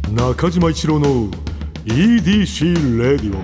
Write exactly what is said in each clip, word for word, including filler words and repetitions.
中島一郎の イーディーシー レディオ。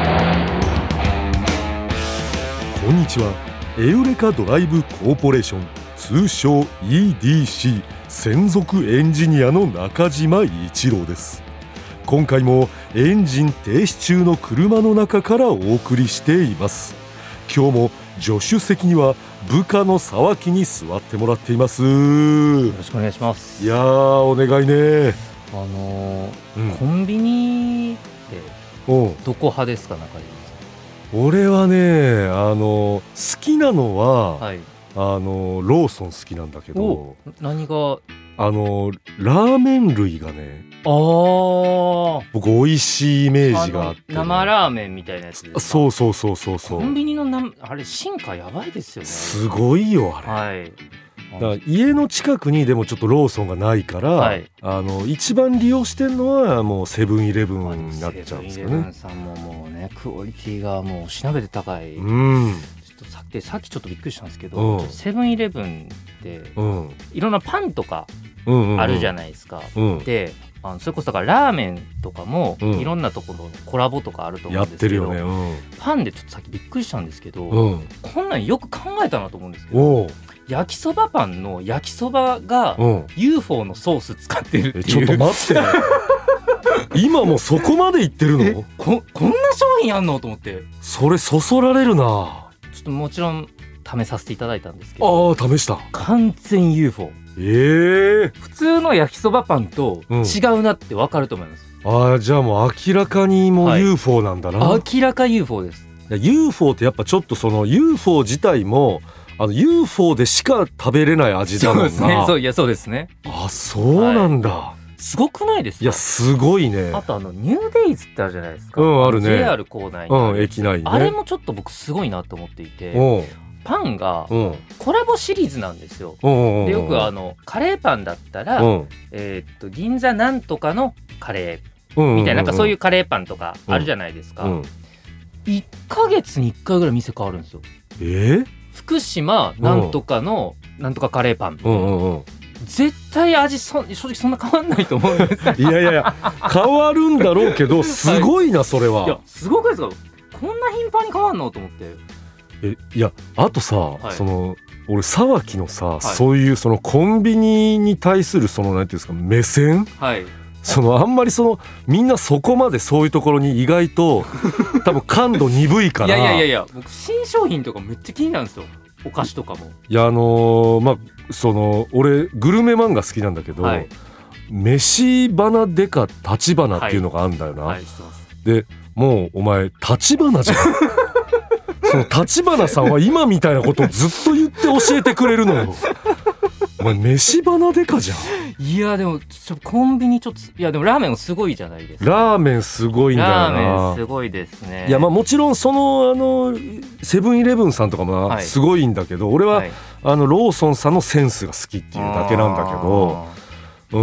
こんにちは。エウレカドライブコーポレーション、通称 イーディーシー 専属エンジニアの中島一郎です。今回もエンジン停止中の車の中からお送りしています。今日も助手席には部下の沢木に座ってもらっています。 よろしくお願いします。 いやー、お願いね。 あのーうんコンビニっておうどこ派ですか、中島俺はね、あの好きなのは、 さん。はい。 あのローソン好きなんだけど、 お、何が？ あのラーメン類がね、 あー僕美味しいイメージがあって、 あの生ラーメンみたいなやつですか？ そうそうそうそうそう。 コンビニのなあれ進化やばいですよね。 すごいよあれ。 はい。 だから家の近くにでもちょっとローソンがないから、 はい、 あの一番利用してるのはもうセブンイレブンになっちゃうんですよね。 セブンイレブンさんももうね、クオリティがもうしなべて高い。 うん。 ちょっとさっきさっきちょっとびっくりしたんですけど、 うんちょっとセブンイレブンでうんいろんなパンとかうんうんうん、 あるじゃないですか。 うん、 で、あのそれこそだからラーメンとかもうんいろんなところのコラボとかあると思やっうんですけど、 てるよね。うんパンでちょっとさっきびっくりしたんですけど、 うん、 こんなんよく考えたなと思うんですけど、 おう焼きそばパンの焼きそばがうん、 ユーフォー のソース使ってるっていう。 えちょっと待って今もうそこまでいってるえの？ ここんな商品あんのと思って、 それそそられるな。 ちょっともちろん試させていただいたんですけど、 ああ、試した。 完全 ユーフォー。 ええー、 普通の焼きそばパンと違うなって分かると思います、 ああ、じゃあもう明らかにもう ユーフォー なんだな、 はい、明らか ユーフォー です。 いや ユーフォー ってやっぱちょっとその ユーフォー 自体もあの ユーフォー でしか食べれない味だもんな。 そうですね。そういやそうですね。 あ、そうなんだ、 はい、すごくないですか？ いやすごいね。 あとあのニューデイズってあるじゃないですか。 うんあるね。 ジェイアール 構内にある、 うん、駅内にね。 あれもちょっと僕すごいなと思っていて、 うんパンがうんコラボシリーズなんですよ。 うんうん、 でよくあのカレーパンだったら、 うんえーっと銀座なんとかのカレうんうんうん、 ーみたいな、なんかそういうカレーパンとかあるじゃないですか、 うんうん、 いっかげつにいっかいぐらい店変わるんですよ。 えー、 福島なんとかのなんとかカレーパン、 うんうんうん、 絶対味そ正直そんな変わんないと思うんですよ。 いやいやいや変わるんだろうけどすごいなそれは。 いやすごくないですか？こんな頻繁に変わんのと思って。 えいやあとさ、 はい、 その俺沢木のさ、 はい、 そういうそのコンビニに対するそのなんていうんですか目線、 はい、 そのあんまりそのみんなそこまでそういうところに意外と多分感度鈍いから。 いやいやいやいや、僕新商品とかめっちゃ気になるんですよ。お菓子とかも。いやあのー、まあその俺グルメ漫画好きなんだけど、はい、飯花デカ立花っていうのがあるんだよな、はいはい、知ってます。でもうお前立花じゃんその立花さんは今みたいなことをずっと言って教えてくれるのよお前飯花デカじゃん。 いやでもちょコンビニちょっと、いやでもラーメンもすごいじゃないですか。 ラーメンすごいんだよな。 ラーメンすごいですね。 いやまあもちろんそのあのセブンイレブンさんとかもすごいんだけど、はい、俺は、はい、あのローソンさんのセンスが好きっていうだけなんだけど、うん、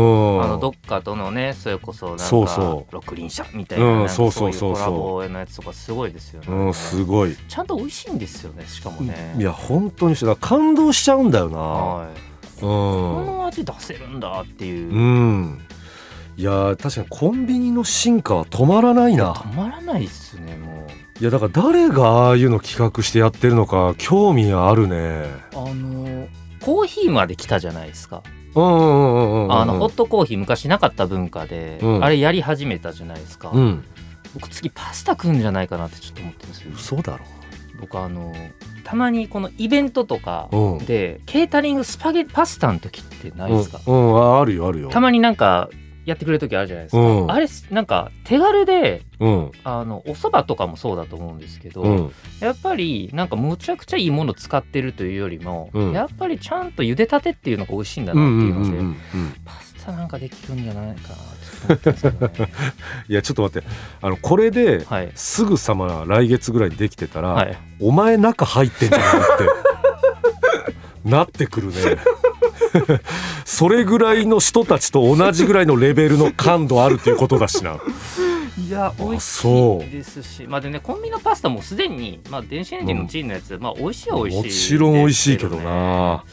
あのどっかとのね、それこそなんかそうそう六輪車みたいな、 うん、 なんかそうそうそうそういうコラボのやつとかすごいですよね、 うん、すごいちゃんと美味しいんですよね。しかもね、 いや本当にして感動しちゃうんだよな、 はい、うん、この味出せるんだっていう、 うん、いや確かにコンビニの進化は止まらないな。 止まらないっすね。もういやだから誰がああいうの企画してやってるのか興味あるね。 あのコーヒーまで来たじゃないですか。 うんうんうんうんうん、 あのホットコーヒー昔なかった文化で、うん、あれやり始めたじゃないですか、うん、僕次パスタ食うんじゃないかなってちょっと思ってるんですよ。 嘘だろ。 僕あのたまにこのイベントとかで、うん、ケータリングスパゲパスタの時ってないですか？ うんうん、あるよあるよ。 たまになんかやってくれる時あるじゃないですか、うん、あれなんか手軽で、うん、あのお蕎麦とかもそうだと思うんですけど、うん、やっぱりなんかむちゃくちゃいいもの使ってるというよりも、うん、やっぱりちゃんと茹でたてっていうのが美味しいんだなっていうので、うんうんうんうん、パスタなんかできるんじゃないかなって思ってますけどねいやちょっと待って、あのこれで、はい、すぐさま来月ぐらいにできてたら、はい、お前中入ってんじゃないってなってくるねそれぐらいの人たちと同じぐらいのレベルの感度あるっていうことだしな。 いや美味しいですし、まあでね、コンビニのパスタもすでに、まあ、電子レンジのチンのやつ、うん、まあ美味しいは美味しい、ね、 もちろん美味しいけどな。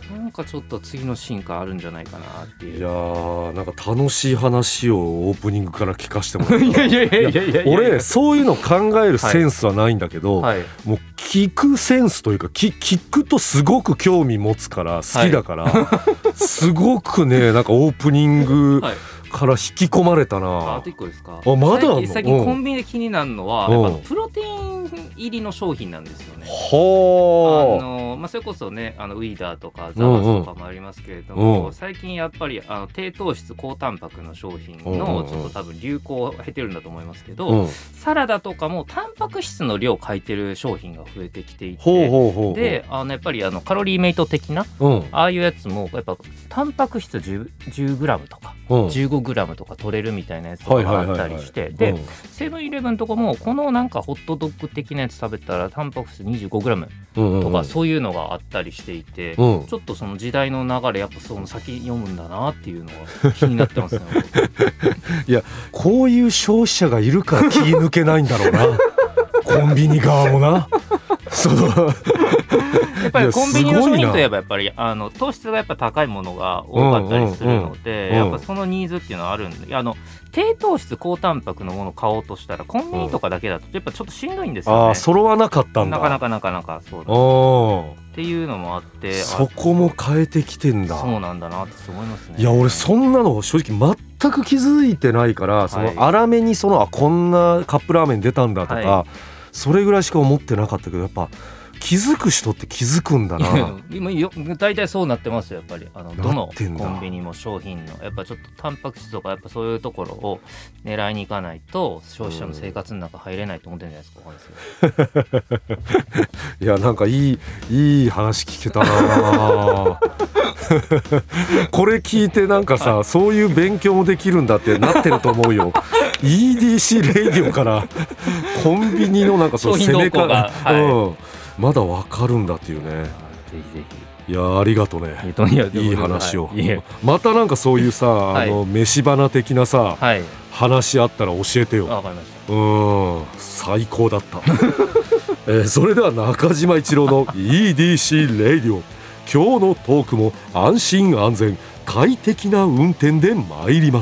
なんかちょっと次の進化あるんじゃないかなっていう。 いやーなんか楽しい話をオープニングから聞かせてもらった。 いやいやいやいやいや俺そういうの考えるセンスはないんだけど、はいはい、もう聞くセンスというか聞, 聞くとすごく興味持つから好きだから、はい、すごくねなんかオープニング、はいから引き込まれたな。 あといっこですか。 あまだあんの。 最近コンビニで気になるのは、やっぱプロテイン入りの商品なんですよね。 はあの、まあ、それこそねあのウィーダーとかザワスとかもありますけれども、うんうん、最近やっぱりあの低糖質高タンパクの商品のちょっと多分流行を経てるんだと思いますけど、うん、サラダとかもタンパク質の量を書いてる商品が増えてきていて、ほうほうほうほうであのやっぱりあのカロリーメイト的な、うん、ああいうやつもやっぱタンパク質 じゅうグラム とか、うん、じゅうごグラム とか取れるみたいなやつとかがあったりして、でセブンイレブンとかもこのなんかホットドッグ的なやつ食べたらタンパク質 にじゅうごグラム とかそういうのがあったりしていて、うん、ちょっとその時代の流れやっぱその先読むんだなっていうのが気になってますね。 いやこういう消費者がいるから気抜けないんだろうな。コンビニ側もな。そのやっぱりコンビニの商品といえばやっぱりあの糖質がやっぱ高いものが多かったりするので、うんうんうん、やっぱそのニーズっていうのはあるんで、あの低糖質高タンパクのものを買おうとしたらコンビニとかだけだとやっぱちょっとしんどいんですよね。 あ揃わなかったんだ。 なかなかなかなかそうだっていうのもあって、 そこも変えてきてんだ。 そうなんだなって思いますね。 いや俺そんなの正直全く気づいてないから、その粗めにそのあこんなカップラーメン出たんだとか、はい、それぐらいしか思ってなかったけどやっぱ気づく人って気づくんだな。 今よ大体そうなってますよやっぱり。あのどのコンビニも商品のやっぱちょっとタンパク質とかやっぱそういうところを狙いに行かないと消費者の生活の中入れないと思ってるんじゃないですか。 いやなんかいいいい話聞けたな。これ聞いてなんかさ、はい、そういう勉強もできるんだってなってると思うよ。イーディーシー レディオからコンビニのなんかその攻め方が、はいうん、まだわかるんだっていうね。ぜひぜひ。いやありがとうね。いい話を。 はい、 またなんかそういうさ、はい、あの飯花的なさ、はい、話あったら教えてよ。 わかりました。 うん最高だった。えー、それでは中島一郎の イーディーシー レディオ。今日のトークも安心安全快適な運転で参ります。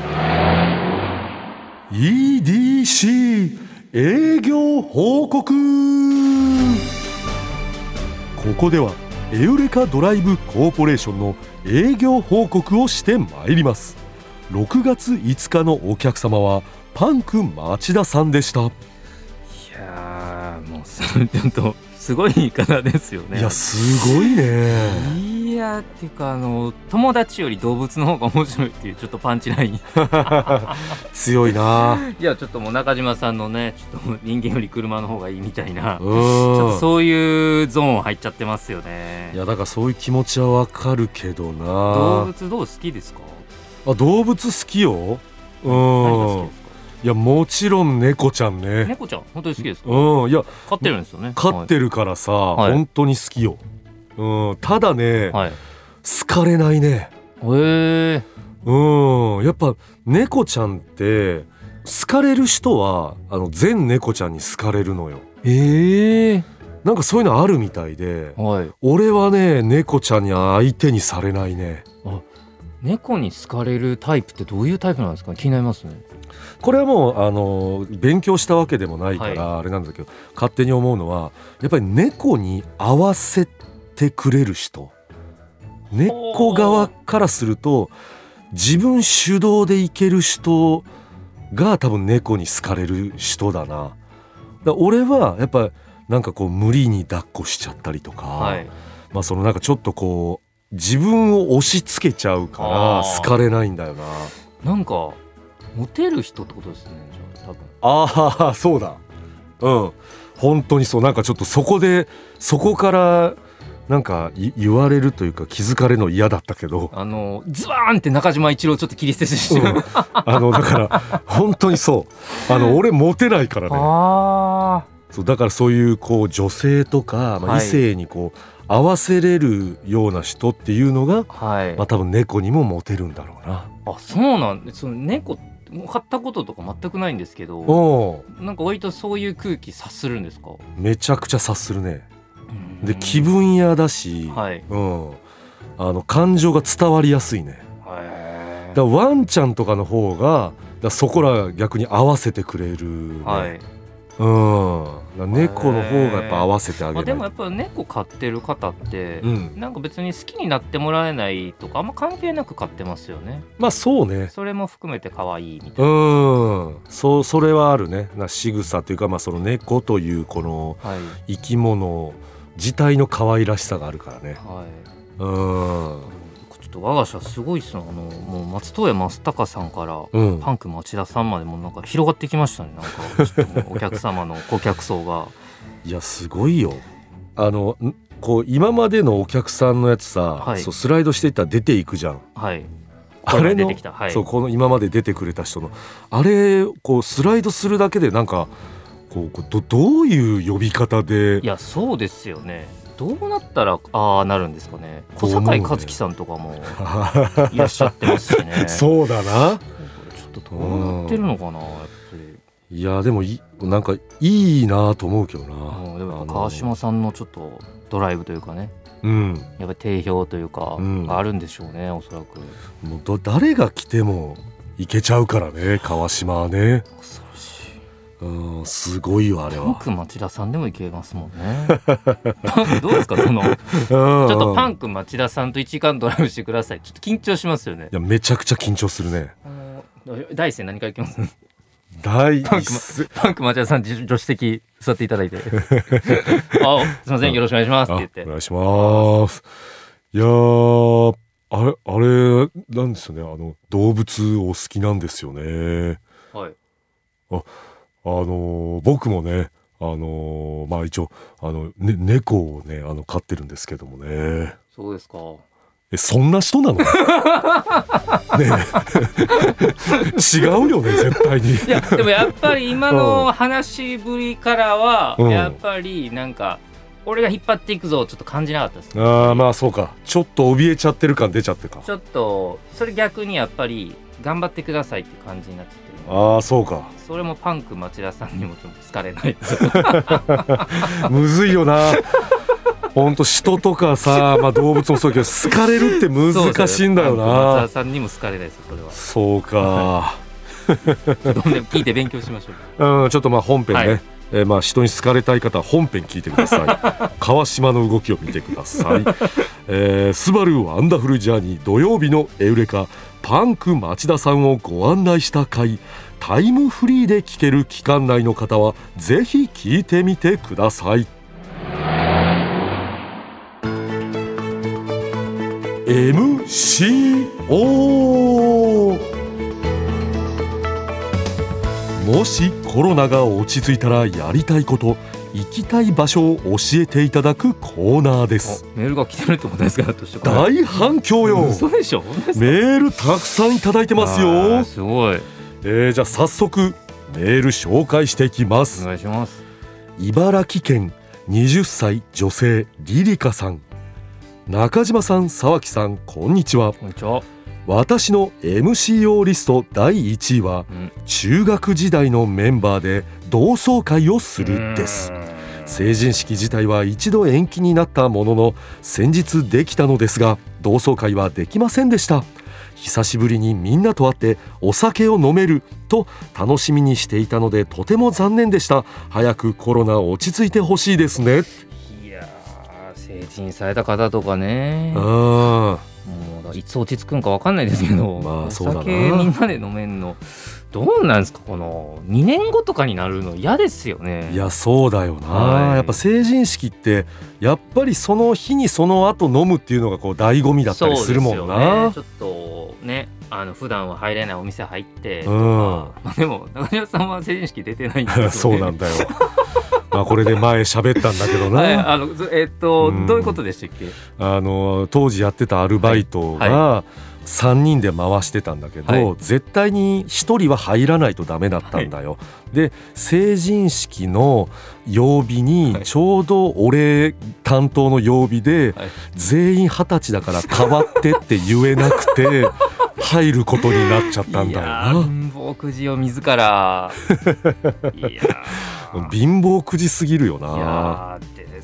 イーディーシー 営業報告。ここではエウレカドライブコーポレーションの営業報告をして参ります。ろくがついつかのお客様はパンク町田さんでした。いやーもうちょっとすごい言い方ですよね。 いやすごいね。 いやっていうかあの友達より動物の方が面白いっていうちょっとパンチライン強いな。 いやちょっともう中島さんのねちょっと人間より車の方がいいみたいなちょっとそういうゾーン入っちゃってますよね。 いやだからそういう気持ちはわかるけどな。 動物どう好きですか？ あ動物好きよ。うん何が好きですか？いやもちろん猫ちゃんね。 猫ちゃん本当に好きですか？ うんいや飼ってるんですよね。 飼ってるからさ、はい、本当に好きよ。うんただね、はい、好かれないね。 へえ。 うんやっぱ猫ちゃんって好かれる人はあの全猫ちゃんに好かれるのよ。 ええ。 なんかそういうのあるみたいで、はい、俺はね猫ちゃんに相手にされないね。 あ猫に好かれるタイプってどういうタイプなんですか？気になりますね。 これはもうあの勉強したわけでもないからあれなんだけど、はい、勝手に思うのはやっぱり猫に合わせてくれる人、猫側からすると自分主導でいける人が多分猫に好かれる人だな。だ俺はやっぱなんかこう無理に抱っこしちゃったりとか、はい、まあそのなんかちょっとこう自分を押し付けちゃうから好かれないんだよな。 なんかモテる人ってことですね。じゃあ多分ああそうだうん本当にそう。なんかちょっとそこでそこからなんか言われるというか気づかれるの嫌だったけどあのズワーンって中島一郎ちょっと切り捨てしてる、うん、 あのだから本当にそうあの俺モテないからね。あそうだからそういうこう女性とか、まあ、異性にこう、はい合わせれるような人っていうのが、はいまあ、多分猫にもモテるんだろうな。 あそうなんです。その猫飼ったこととか全くないんですけどなんか割とそういう空気察するんですか？ めちゃくちゃ察するね。で気分屋だし、はいうん、 あの感情が伝わりやすいね。だからワンちゃんとかの方がだそこら逆に合わせてくれる、ね、はい、うん、猫の方がやっぱ合わせてあげない、 まあ、でもやっぱ猫飼ってる方って、うん、なんか別に好きになってもらえないとかあんま関係なく飼ってますよね。 まあそうね、 それも含めて可愛いみたいな。 うん、そう、それはあるね。な仕草というか、まあ、その猫というこの生き物自体の可愛らしさがあるからね、はい、うん、 ちょっと我が社すごいっすね。あのもう松任谷正隆さんから、うん、パンク町田さんまでもなんか広がってきましたね。なんかちょっともうお客様の顧客層がいやすごいよ。あのこう今までのお客さんのやつさ、はい、そうスライドしていったら出ていくじゃん、はい、あれの、はい、そうこの今まで出てくれた人のあれこうスライドするだけでなんかこう ど, どういう呼び方で。 いやそうですよね。どうなったらああなるんですかね。小堺一樹さんとかもいらっしゃってますしねそうだな。ちょっとどうなってるのかな、やっぱり。いやでもいなんかいいなと思うけどな。 うん、でも川島さんのちょっとドライブというかね、うん、やっぱり定評というか、うん、あるんでしょうね、おそらく。 もうど誰が来てもいけちゃうからね、川島はね。 恐ろしい。 うん、すごいよあれは。 パンク町田さんでもいけますもんねどうですかそのちょっとパンク町田さんと一時間ドライブしてください。ちょっと緊張しますよね。 いやめちゃくちゃ緊張するね。 第一声何からいきます第パンク、パンク町田さん助手席座っていただいてあすいませんよろしくお願いしますって言って。 お願いします。いやーあれあれなんですよね、あの動物お好きなんですよね。はい。ああのー、僕もねあのー、まあ一応あの、ね、猫をねあの飼ってるんですけどもね。 そうですか。 えそんな人なのねえ違うよね絶対に。 いやでもやっぱり今の話ぶりからは、うん、やっぱりなんか俺が引っ張っていくぞちょっと感じなかったですね。 ああまあそうか、ちょっと怯えちゃってる感出ちゃってか。 ちょっとそれ逆にやっぱり頑張ってくださいって感じになっちゃってる。 ああそうか。 それもパンク町田さんにもちょっと好かれないですむずいよなほんと人とかさ、まあ、動物もそうだけど好かれるって難しいんだよな。 松田さんにも好かれないですよそれは。 そうか聞いて勉強しましょう、 うん、ちょっとまあ本編ね、はい、えー、まあ人に好かれたい方は本編聞いてください川島の動きを見てください、えー、スバルワンダフルジャーニー土曜日のエウレカパンク町田さんをご案内した回、タイムフリーで聞ける期間内の方はぜひ聞いてみてください。エムシーオー もしコロナが落ち着いたらやりたいこと、行きたい場所を教えていただくコーナーです。 メールが来てるってことですか。 大反響よ。 嘘でしょ。 メールたくさんいただいてますよ。 すごい、 えー、じゃあ早速メール紹介していきます。 お願いします。 茨城県にじゅっさい女性リリカさん。中島さん、沢木さん、こんにちは。 こんにちは。 私の エムシーオー リストだいいちいは、うん、中学時代のメンバーで同窓会をするです。成人式自体は一度延期になったものの先日できたのですが同窓会はできませんでした。久しぶりにみんなと会ってお酒を飲めると楽しみにしていたのでとても残念でした。早くコロナ落ち着いてほしいですね。 いや成人された方とかね、あもういつ落ち着くんか分かんないですけど、まあ、そうだな。お酒みんなで飲めんのどうなんですか。このにねんごとかになるの嫌ですよね。 いやそうだよな、はい、やっぱ成人式ってやっぱりその日にその後飲むっていうのがこう醍醐味だったりするもんな。 そうですよね。ちょっとねあの普段は入れないお店入ってとか、うんまあ、でも中島さんは成人式出てないんですよねそうなんだよまあこれで前喋ったんだけどな、はい、 あのえー、っと、うん、どういうことでしたっけ。 あの当時やってたアルバイトが、はいはいさんにんで回してたんだけど、はい、絶対にひとりは入らないとダメだったんだよ、はい、で成人式の曜日にちょうど俺担当の曜日で、はい、全員はたちだから代わってって言えなくて入ることになっちゃったんだよな。 貧乏くじを自らいや貧乏くじすぎるよな。 いやでそう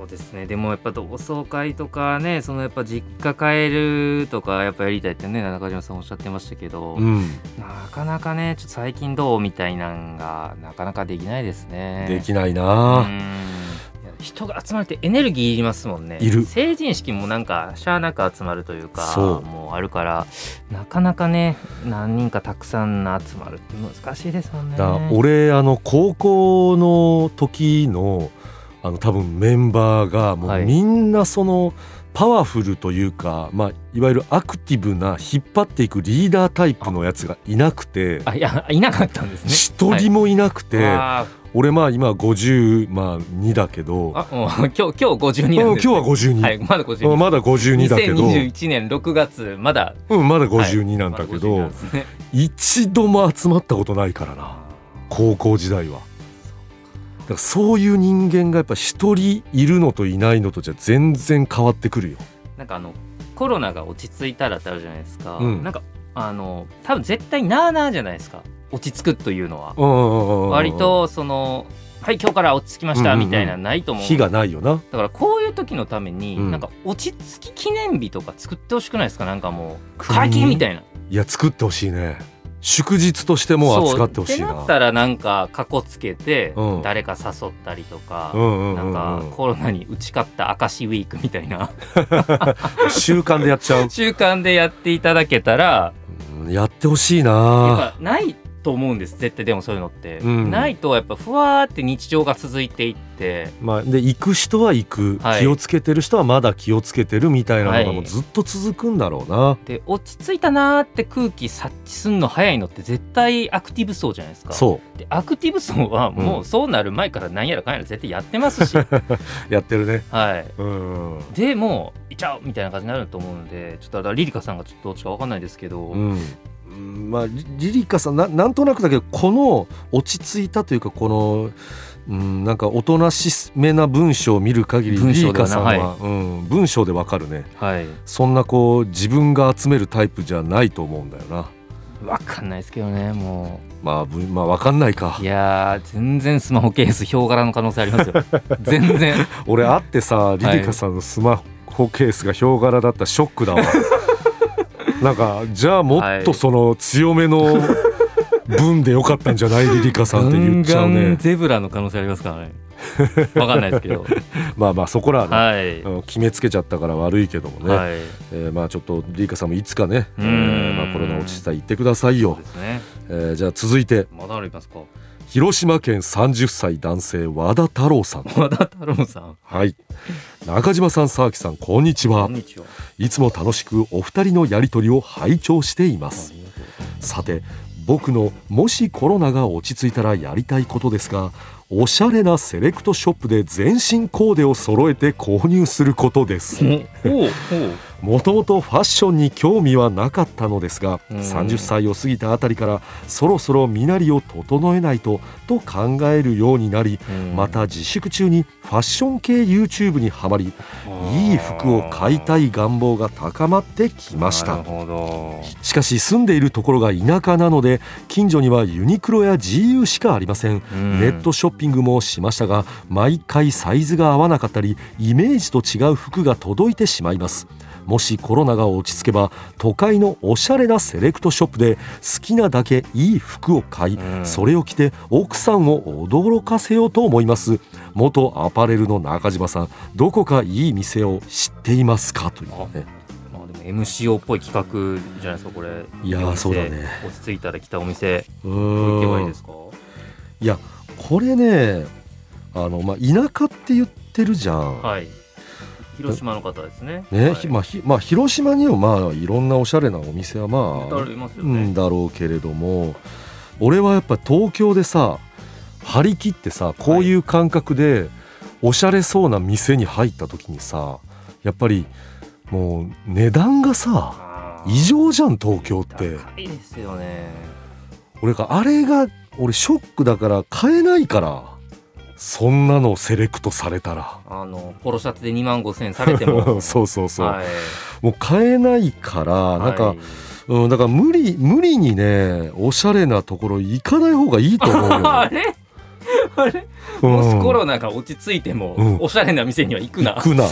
そうですね。でもやっぱ同窓会とかね、そのやっぱ実家帰るとかやっぱやりたいってね、中島さんおっしゃってましたけど、うん、なかなかね、ちょっと最近どうみたいなんがなかなかできないですね。 できないな。うん、 人が集まるってエネルギーいりますもんね。 いる。 成人式もなんかしゃあなく集まるというか、そうもうあるからなかなかね、何人かたくさん集まるって難しいですもんね。 だ俺あの高校の時のあの多分メンバーがもうみんなそのパワフルというか、はいまあ、いわゆるアクティブな引っ張っていくリーダータイプのやつがいなくて、 あいやいなかったんですね。 一人もいなくて、はい、俺まあ今ごじゅうにだけど、 あもう今日今日ごじゅうになんです、ね、 今日はごじゅうに、 はい、まだごじゅうに、 まだごじゅうにだけどにせんにじゅういちねんろくがつまだ、 うん、まだごじゅうになんだけど、はいまだね、一度も集まったことないからな、高校時代は。だからそういう人間がやっぱ一人いるのといないのとじゃ全然変わってくるよ。 なんかあのコロナが落ち着いたらってあるじゃないですか、うん、なんかあの多分絶対なあなあじゃないですか、落ち着くというのは。割とそのはい今日から落ち着きましたみたいなないと思う、うんうん、 日がないよな。 だからこういう時のために、うん、なんか落ち着き記念日とか作ってほしくないですか。なんかもう解禁みたいな。 いや作ってほしいね。祝日としても扱ってほしいな。 ってなったらなんかカコつけて誰か誘ったりとか、うん、なんかコロナに打ち勝った証ウィークみたいな習慣でやっちゃう。 習慣でやっていただけたら、 うん、やってほしいな。 やっぱないと思うんです絶対。でもそういうのって、うん、ないとやっぱふわーって日常が続いていって、 まあ、で行く人は行く、はい、気をつけてる人はまだ気をつけてるみたいなのがもうずっと続くんだろうな、はい、 で落ち着いたなーって空気察知するの早いのって絶対アクティブ層じゃないですか。 そうでアクティブ層はもうそうなる前から何やらかんやら絶対やってますし、うん、 やってるね、 はい、うんでもういっちゃうみたいな感じになると思うんで、ちょっとリリカさんがちょっとどっちか分かんないですけど、うんまあ、リリカさん な, なんとなくだけどこの落ち着いたというかこの、うん、なんかおとなしめな文章を見る限りリリカさんは、はいうん、文章でわかるね、はい、そんなこう自分が集めるタイプじゃないと思うんだよな。 わかんないですけどね。もうまあ、まあ、わかんないか。 いや全然スマホケースヒョウ柄の可能性ありますよ全然俺会ってさリリカさんのスマホケースがヒョウ柄だったらショックだわなんかじゃあもっとその強めの文でよかったんじゃないリリカさんって言っちゃうね。 ガンガンゼブラの可能性ありますからねわかんないですけどまあまあそこらは、ねはい、決めつけちゃったから悪いけどもね、はいえー、まあちょっとリリカさんもいつかね、えーまあ、コロナ落ちたら言ってくださいよ。そうですね、えー、じゃあ続いてまだありますか。 広島県さんじゅっさい男性和田太郎さん。 和田太郎さん、 はい、中島さん沢木さんこんにちは。こんにちは。いつも楽しくお二人のやり取りを拝聴しています。さて僕のもしコロナが落ち着いたらやりたいことですが、おしゃれなセレクトショップで全身コーデを揃えて購入することです。もともとファッションに興味はなかったのですが、さんじゅっさいを過ぎたあたりからそろそろ身なりを整えないとと考えるようになり、また自粛中にファッション系 YouTube にはまり、いい服を買いたい願望が高まってきました。しかし住んでいるところが田舎なので近所にはユニクロや ジーユー しかありません。ネットショッピングもしましたが毎回サイズが合わなかったりイメージと違う服が届いてしまいます。もしコロナが落ち着けば都会のおしゃれなセレクトショップで好きなだけいい服を買い、それを着て奥さんを驚かせようと思います。元アパレルの中島さん、どこかいい店を知っていますかというね。 まあ、でも エムシーオー っぽい企画じゃないですかこれ。 いやそうだね。 落ち着いたら来たお店どう行けばいいですか。 いやこれねあの、まあ、田舎って言ってるじゃん。はい、 広島の方ですね。 ね、はいまあひまあ、広島にはまあいろんなおしゃれなお店はまあありますよね、 うんだろうけれども、俺はやっぱ東京でさ張り切ってさこういう感覚でおしゃれそうな店に入った時にさ、やっぱりもう値段がさ異常じゃん東京って。 高いですよね。 俺があれが俺ショックだから買えないから、そんなのセレクトされたらあのポロシャツでにまんごせんえんされてもそうそうそう、はい、もう買えないからなんか、はいうん、だから無理無理にねおしゃれなところ行かない方がいいと思うよあれあれ、うん、もしコロナが落ち着いても、うん、おしゃれな店には行くな行くな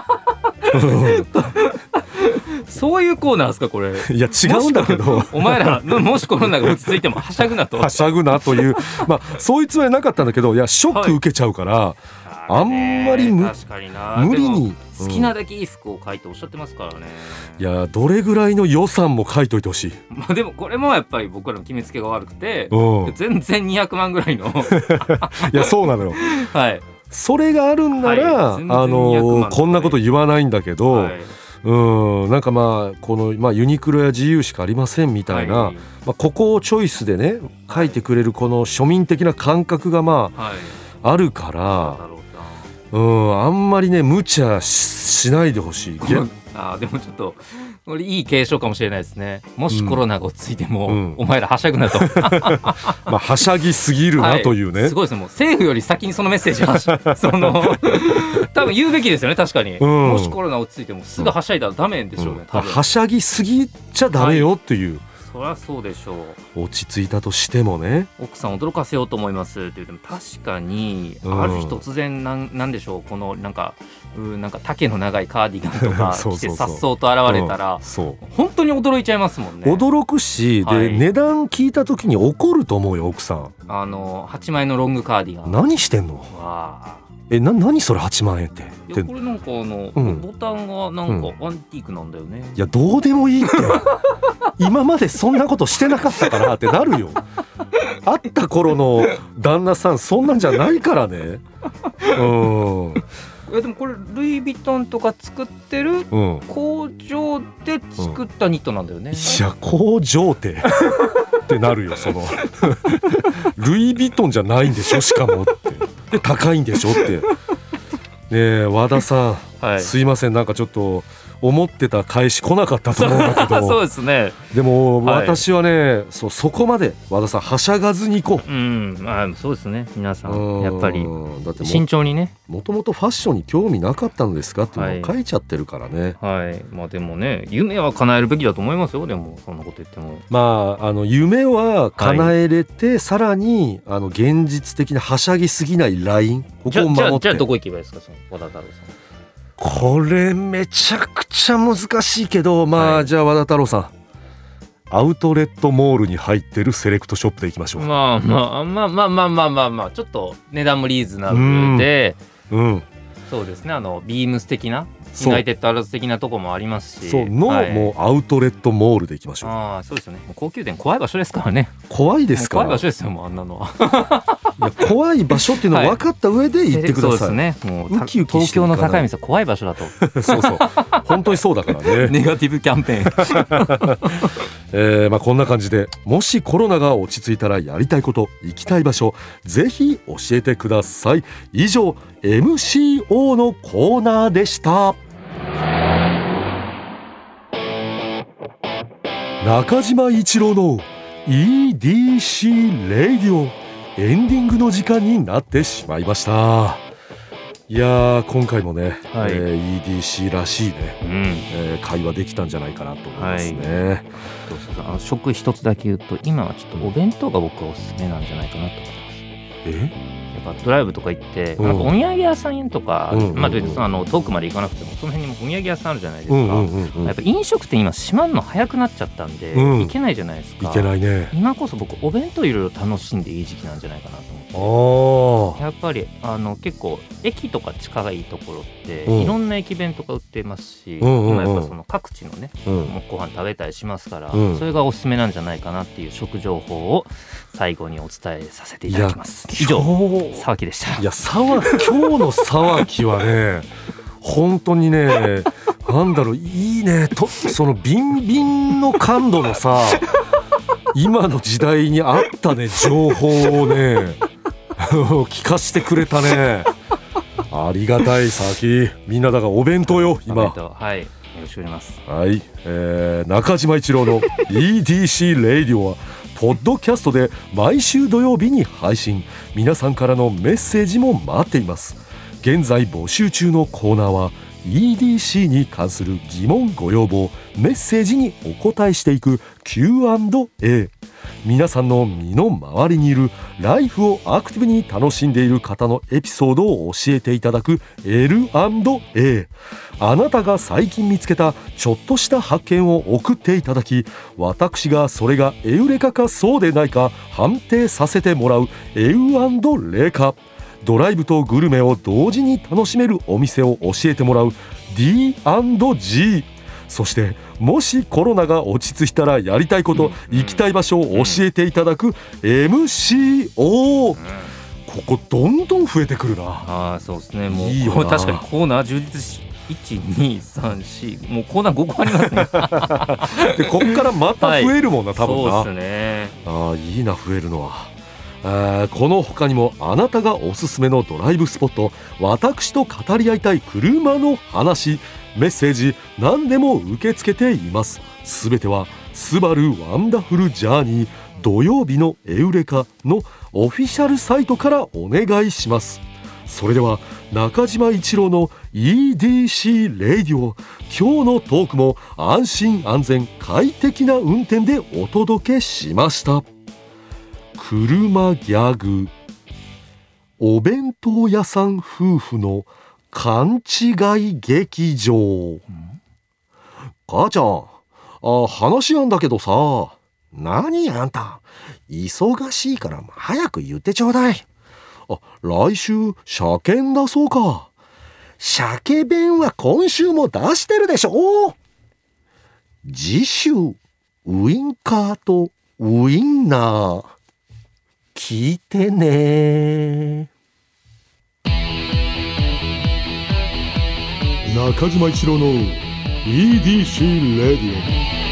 そういうコーナーですかこれ。 いや違うんだけどお前らもしコロナが落ち着いてもはしゃぐなとはしゃぐなという、まあ、そういうつもりはなかったんだけど、いやショック受けちゃうから、はい、あんまりむ確かにな無理に好きなだけいい服を買いとおっしゃってますからね、 うん、いやどれぐらいの予算も書いといてほしい、 まあ、でもこれもやっぱり僕らの決めつけが悪くて、うん、全然にひゃくまんぐらいのいやそうなのよ、はい、それがあるんなら、はい、あのこんなこと言わないんだけど、はい、うんなんかまあこの、まあ、ユニクロや ジーユー しかありませんみたいな、はい、まあ、ここをチョイスでね書いてくれるこの庶民的な感覚がまあ、はい、あるから、うん、あんまりね無茶 し, しないでほしい。 あでもちょっとこれいい継承かもしれないですね。もしコロナが落ち着いても、うん、お前らはしゃぐなとまあはしゃぎすぎるなというね、はい、 すごいですね。もう政府より先にそのメッセージはその多分言うべきですよね。確かに、うん、もしコロナ落ち着いてもすぐはしゃいだらダメでしょうね、うん、多分はしゃぎすぎちゃダメよっていう、はい、 そりゃそうでしょう。落ち着いたとしてもね、 奥さん驚かせようと思いますって言っても確かに、うん、ある日突然なん、なんでしょう、このなんかうなんか丈の長いカーディガンとか着てさっそうと現れたら、うん、そう本当に驚いちゃいますもんね。 驚くし、はい、で値段聞いた時に怒ると思うよ奥さん。 あのはちまん円のロングカーディガン何してんの。わえな何それはちまん円って。 いやこれなんかあの、うん、ボタンがなんかアンティークなんだよね、うん、 いやどうでもいいって今までそんなことしてなかったからってなるよ。会った頃の旦那さんそんなんじゃないからね。うんいやでもこれルイ・ヴィトンとか作ってる工場で作ったニットなんだよね、うん、いや工場ってってなるよ。そのルイ・ヴィトンじゃないんでしょしかもってで高いんでしょってねえ和田さん、はい、すいませんなんかちょっと思ってた返し来なかったと思うんだけどそうですね。 でも私はね、はい、そ, そこまで和田さんはしゃがずにいこう。 うんあそうですね。皆さんやっぱり慎重にね。 もともとファッションに興味なかったんですかっていうのを書いちゃってるからね。 はい、はい、まあでもね夢は叶えるべきだと思いますよ。でもそんなこと言ってもまああの夢は叶えれて、はい、さらにあの現実的なはしゃぎすぎないラインここを守って。じゃあじゃあどこ行けばいいですかその和田太郎さん。 これめちゃくちゃ難しいけどまあ、はい、じゃあ和田太郎さんアウトレットモールに入ってるセレクトショップでいきましょう。 まあまあまあまあまあまあまあまあちょっと値段もリーズナブルで、うん、うん、そうですね。あのビームス的なユナイテッドアローズ的なとこもありますしそうの、はい、もうアウトレットモールでいきましょう。 ああそうですよね。もう高級店怖い場所ですからね。 怖いですから怖い場所ですよもうあんなのはいや怖い場所っていうのを分かった上で行ってください、はい、 そうですね。もうウキウキ東京の境目は怖い場所だとそうそう本当にそうだからねネガティブキャンペーン、 えーまあ、こんな感じでもしコロナが落ち着いたらやりたいこと行きたい場所ぜひ教えてください。以上 エムシーオー のコーナーでした。中島一郎の イーディーシー レイディオエンディングの時間になってしまいました。いやー今回もね、はいえー、イーディーシー らしいね、うんえー、会話できたんじゃないかなと思いますね、はい、 そうそうそうあの食一つだけ言うと今はちょっとお弁当が僕はおすすめなんじゃないかなと思います。 えやっぱドライブとか行って、うん、なんかお土産屋さんとか、うんうんうんまあ、あの遠くまで行かなくてもその辺にもお土産屋さんあるじゃないですか、うんうんうんうん、やっぱ飲食店今閉まるの早くなっちゃったんで、うん、行けないじゃないですか。 行けないね。 今こそ僕お弁当いろいろ楽しんでいい時期なんじゃないかなと思って。やっぱりあの結構駅とか近いところって、うん、いろんな駅弁とか売ってますし、うんうんうん、今やっぱその各地のね、うん、ご飯食べたりしますから、うん、それがおすすめなんじゃないかなっていう食情報を最後にお伝えさせていただきます。以上沢木でした。 いや沢今日の沢木はね本当にねなんだろういいねとそのビンビンの感度のさ今の時代に合ったね情報をね聞かせてくれたね。ありがたい沢木。みんなだからお弁当よ今。 はいよろしくお願いします。 はい、えー、中島一郎の イーディーシー レイディオはポッドキャストで毎週土曜日に配信。皆さんからのメッセージも待っています。現在募集中のコーナーはイーディーシー に関する疑問ご要望メッセージにお答えしていく キューアンドエー。 皆さんの身の回りにいるライフをアクティブに楽しんでいる方のエピソードを教えていただく エルアンドエー。 あなたが最近見つけたちょっとした発見を送っていただき、私がそれがエウレカかそうでないか判定させてもらうエウアンドレカ。ドライブとグルメを同時に楽しめるお店を教えてもらう ディーアンドジー。 そしてもしコロナが落ち着いたらやりたいこと、うん、行きたい場所を教えていただく エムシーオー、うん、ここどんどん増えてくるな。 あ、そうですね。もういいよな。確かにコーナー充実しいち、に、さん、よんもうコーナーごこありますねでこっからまた増えるもんな、はい、多分な。 そうですね。 あ、いいな、増えるのは。あ、この他にもあなたがおすすめのドライブスポット、私と語り合いたい車の話、メッセージ何でも受け付けています。すべてはスバルワンダフルジャーニー土曜日のエウレカのオフィシャルサイトからお願いします。それでは中島一郎の イーディーシー レディオ、今日のトークも安心安全快適な運転でお届けしました。車ギャグ、お弁当屋さん夫婦の勘違い劇場。母ちゃん、あ、話なんだけどさ。何あんた、忙しいから早く言ってちょうだい。あ、来週車検だそうか。鮭弁は今週も出してるでしょ。次週ウインカーとウインナー聞いてね。中島一郎の イーディーシー レディオ。